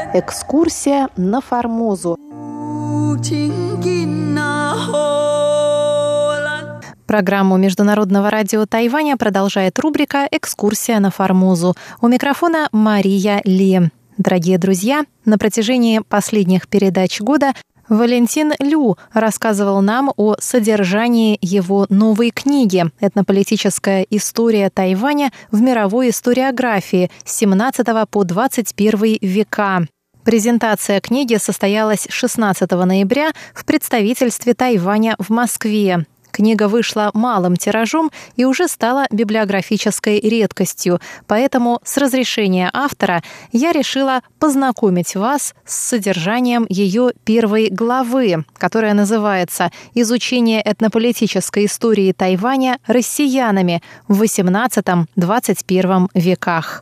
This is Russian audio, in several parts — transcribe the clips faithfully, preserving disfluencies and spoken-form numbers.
Экскурсия на Формозу. Программу Международного радио Тайваня продолжает рубрика «Экскурсия на Формозу». У микрофона Мария Ли. Дорогие друзья, на протяжении последних передач года Валентин Лю рассказывал нам о содержании его новой книги «Этнополитическая история Тайваня в мировой историографии с семнадцатого по двадцать первый века». Презентация книги состоялась шестнадцатого ноября в представительстве Тайваня в Москве. Книга вышла малым тиражом и уже стала библиографической редкостью, поэтому с разрешения автора я решила познакомить вас с содержанием ее первой главы, которая называется «Изучение этнополитической истории Тайваня россиянами в восемнадцатом-двадцать первом веках».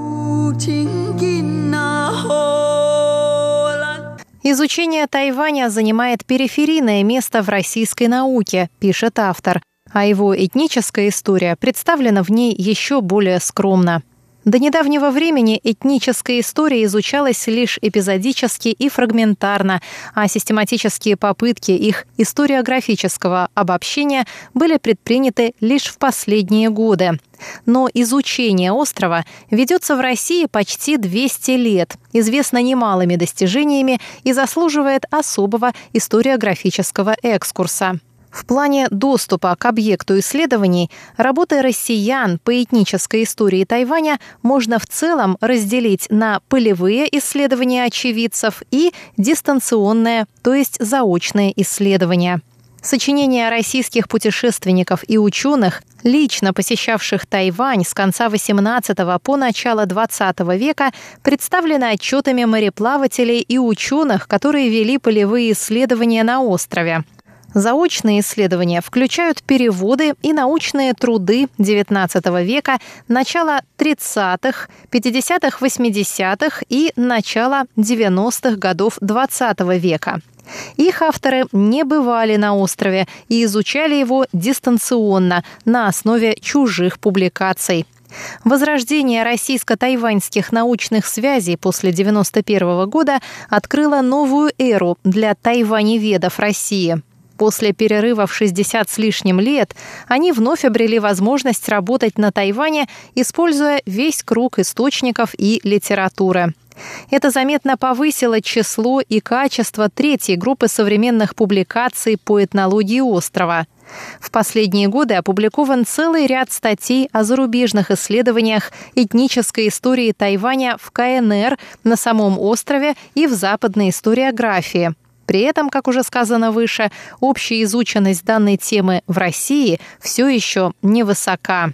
Изучение Тайваня занимает периферийное место в российской науке, пишет автор, а его этническая история представлена в ней еще более скромно. До недавнего времени этническая история изучалась лишь эпизодически и фрагментарно, а систематические попытки их историографического обобщения были предприняты лишь в последние годы. Но изучение острова ведется в России почти двести лет, известно немалыми достижениями и заслуживает особого историографического экскурса. В плане доступа к объекту исследований работы россиян по этнической истории Тайваня можно в целом разделить на полевые исследования очевидцев и дистанционные, то есть заочные исследования. Сочинения российских путешественников и ученых, лично посещавших Тайвань с конца восемнадцатого по начало двадцатого века, представлены отчетами мореплавателей и ученых, которые вели полевые исследования на острове. Заочные исследования включают переводы и научные труды девятнадцатого века, начала тридцатых, пятидесятых, восьмидесятых и начала девяностых годов двадцатого века. Их авторы не бывали на острове и изучали его дистанционно на основе чужих публикаций. Возрождение российско-тайваньских научных связей после девяносто первого года открыло новую эру для тайваневедов России. После перерыва в шестьдесят с лишним лет они вновь обрели возможность работать на Тайване, используя весь круг источников и литературы. Это заметно повысило число и качество третьей группы современных публикаций по этнологии острова. В последние годы опубликован целый ряд статей о зарубежных исследованиях этнической истории Тайваня в ка эн эр, на самом острове и в западной историографии. При этом, как уже сказано выше, общая изученность данной темы в России все еще невысока.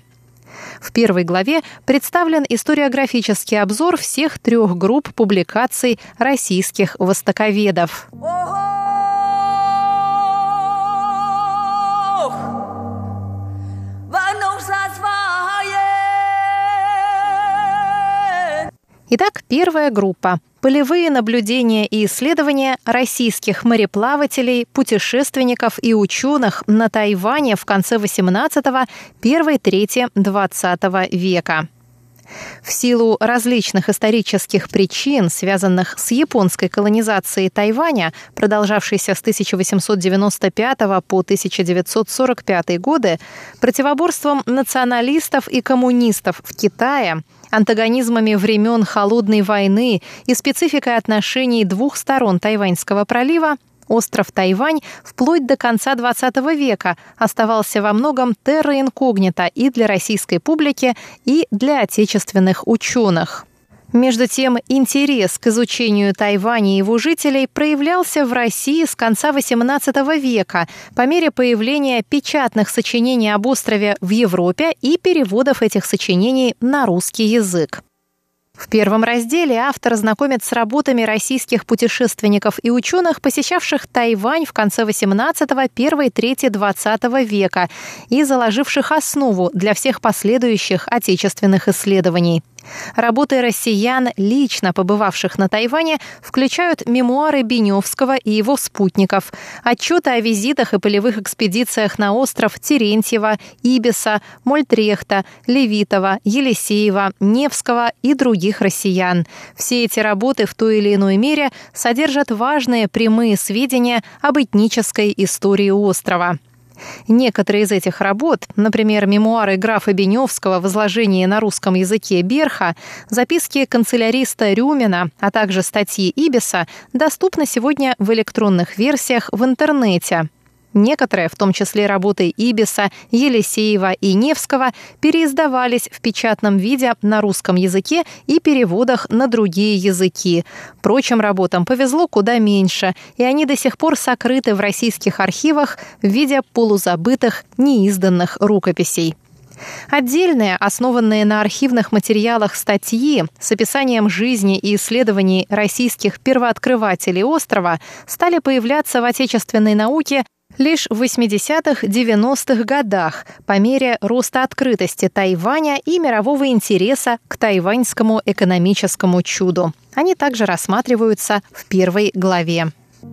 В первой главе представлен историографический обзор всех трех групп публикаций российских востоковедов. Итак, первая группа – полевые наблюдения и исследования российских мореплавателей, путешественников и ученых на Тайване в конце восемнадцатого – первой трети двадцатого века. В силу различных исторических причин, связанных с японской колонизацией Тайваня, продолжавшейся с тысяча восемьсот девяносто пятого по тысяча девятьсот сорок пятый годы, противоборством националистов и коммунистов в Китае, антагонизмами времен Холодной войны и спецификой отношений двух сторон Тайваньского пролива, остров Тайвань вплоть до конца двадцатого века оставался во многом терра инкогнито и для российской публики, и для отечественных ученых. Между тем, интерес к изучению Тайваня и его жителей проявлялся в России с конца восемнадцатого века по мере появления печатных сочинений об острове в Европе и переводов этих сочинений на русский язык. В первом разделе автор знакомит с работами российских путешественников и ученых, посещавших Тайвань в конце восемнадцатого – первой трети двадцатого века и заложивших основу для всех последующих отечественных исследований. Работы россиян, лично побывавших на Тайване, включают мемуары Беневского и его спутников, отчеты о визитах и полевых экспедициях на остров Терентьева, Ибиса, Мольтрехта, Левитова, Елисеева, Невского и других россиян. Все эти работы в той или иной мере содержат важные прямые сведения об этнической истории острова. Некоторые из этих работ, например, мемуары графа Беневского в изложении на русском языке Берха, записки канцеляриста Рюмина, а также статьи Ибиса, доступны сегодня в электронных версиях в интернете. Некоторые, в том числе работы Ибиса, Елисеева и Невского, переиздавались в печатном виде на русском языке и переводах на другие языки. Прочим работам повезло куда меньше, и они до сих пор сокрыты в российских архивах в виде полузабытых, неизданных рукописей. Отдельные, основанные на архивных материалах статьи с описанием жизни и исследований российских первооткрывателей острова стали появляться в отечественной науке лишь в восьмидесятых-девяностых годах по мере роста открытости Тайваня и мирового интереса к тайваньскому экономическому чуду. Они также рассматриваются в первой главе.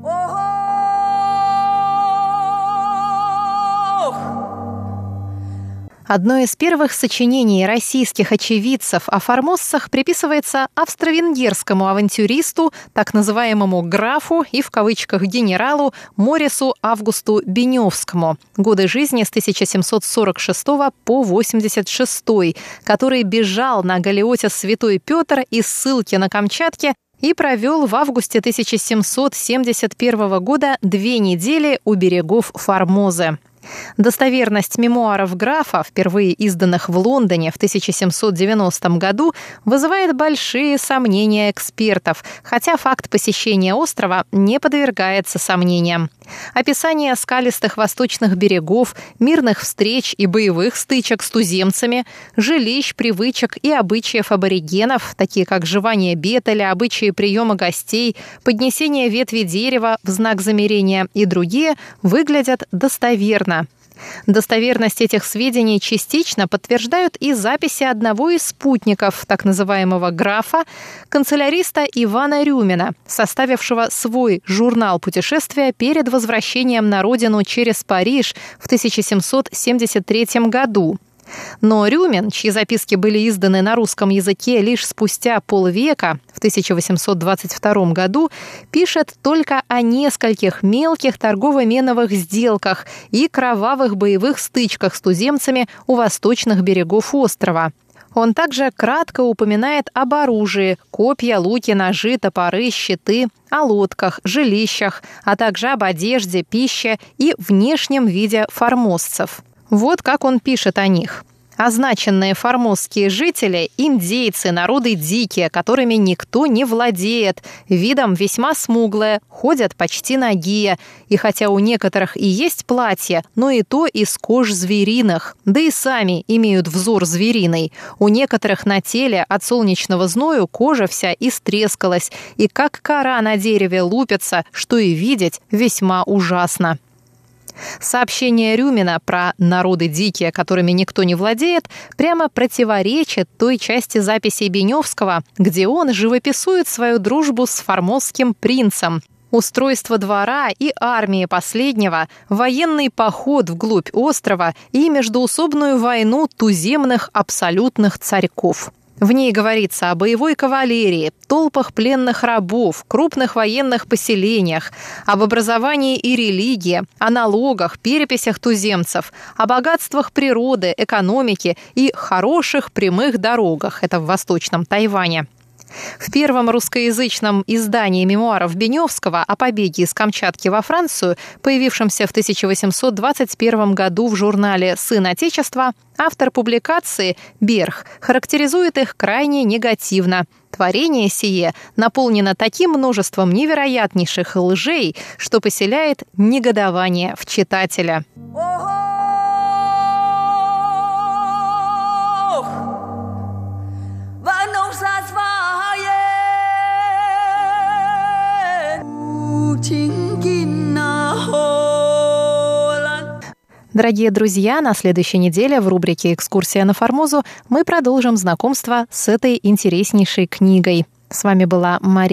Одно из первых сочинений российских очевидцев о формоссах приписывается австро-венгерскому авантюристу, так называемому графу и в кавычках генералу Морису Августу Беневскому, годы жизни с тысяча семьсот сорок шестого по восемьдесят шестой, который бежал на галеоте «Святой Петр» из ссылки на Камчатке и провел в августе тысяча семьсот семьдесят первого года две недели у берегов Формозы. Достоверность мемуаров графа, впервые изданных в Лондоне в тысяча семьсот девяностом году, вызывает большие сомнения экспертов, хотя факт посещения острова не подвергается сомнениям. Описание скалистых восточных берегов, мирных встреч и боевых стычек с туземцами, жилищ, привычек и обычаев аборигенов, такие как жевание бетеля, обычаи приема гостей, поднесение ветви дерева в знак замирения и другие, выглядят достоверно. Достоверность этих сведений частично подтверждают и записи одного из спутников так называемого графа, канцеляриста Ивана Рюмина, составившего свой журнал путешествия перед возвращением на родину через Париж в тысяча семьсот семьдесят третьем году. Но Рюмин, чьи записки были изданы на русском языке лишь спустя полвека, в тысяча восемьсот двадцать втором году, пишет только о нескольких мелких торгово-меновых сделках и кровавых боевых стычках с туземцами у восточных берегов острова. Он также кратко упоминает об оружии – копья, луки, ножи, топоры, щиты, о лодках, жилищах, а также об одежде, пище и внешнем виде формозцев. Вот как он пишет о них. Означенные формозские жители – индейцы, народы дикие, которыми никто не владеет, видом весьма смуглые, ходят почти нагие. И хотя у некоторых и есть платья, но и то из кож звериных, да и сами имеют взор звериный. У некоторых на теле от солнечного зною кожа вся истрескалась, и как кора на дереве лупится, что и видеть весьма ужасно. Сообщение Рюмина про народы дикие, которыми никто не владеет, прямо противоречит той части записей Беневского, где он живописует свою дружбу с формозским принцем, устройство двора и армии последнего, военный поход вглубь острова и междоусобную войну туземных абсолютных царьков. В ней говорится о боевой кавалерии, толпах пленных рабов, крупных военных поселениях, об образовании и религии, о налогах, переписях туземцев, о богатствах природы, экономике и хороших прямых дорогах. Это в Восточном Тайване. В первом русскоязычном издании мемуаров Беневского о побеге из Камчатки во Францию, появившемся в тысяча восемьсот двадцать первом году в журнале «Сын Отечества», автор публикации Берх характеризует их крайне негативно. Творение сие наполнено таким множеством невероятнейших лжей, что поселяет негодование в читателя. Дорогие друзья, на следующей неделе в рубрике «Экскурсия на Формозу» мы продолжим знакомство с этой интереснейшей книгой. С вами была Мария